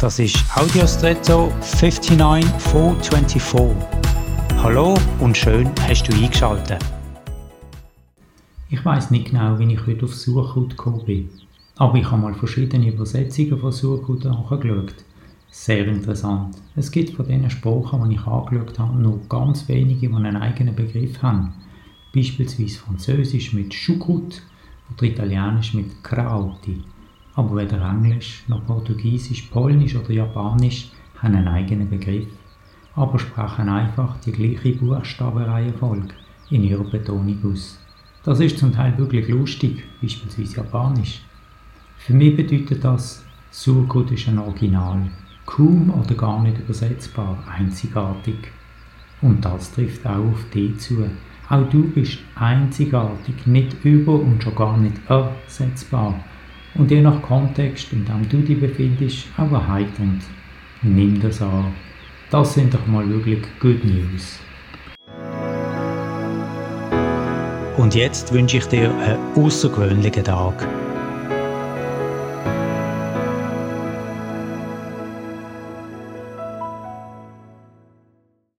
Das ist Audiostretto 59424. Hallo und schön hast du eingeschaltet. Ich weiss nicht genau, wie ich heute auf Suchgut gekommen bin. Aber ich habe mal verschiedene Übersetzungen von Suchgut angeschaut. Sehr interessant. Es gibt von diesen Sprachen, die ich angeschaut habe, nur ganz wenige, die einen eigenen Begriff haben. Beispielsweise Französisch mit Choucroute oder Italienisch mit Crauti. Aber weder Englisch noch Portugiesisch, Polnisch oder Japanisch haben einen eigenen Begriff, aber sprechen einfach die gleiche Buchstabenreihenfolge in ihrer Betonung aus. Das ist zum Teil wirklich lustig, beispielsweise Japanisch. Für mich bedeutet das, Suchgut ist ein Original, kaum oder gar nicht übersetzbar, einzigartig. Und das trifft auch auf dich zu. Auch du bist einzigartig, nicht über- und schon gar nicht ersetzbar. Und je nach Kontext, in dem du dich befindest, auch erheiternd. Nimm das an. Das sind doch mal wirklich Good News. Und jetzt wünsche ich dir einen außergewöhnlichen Tag.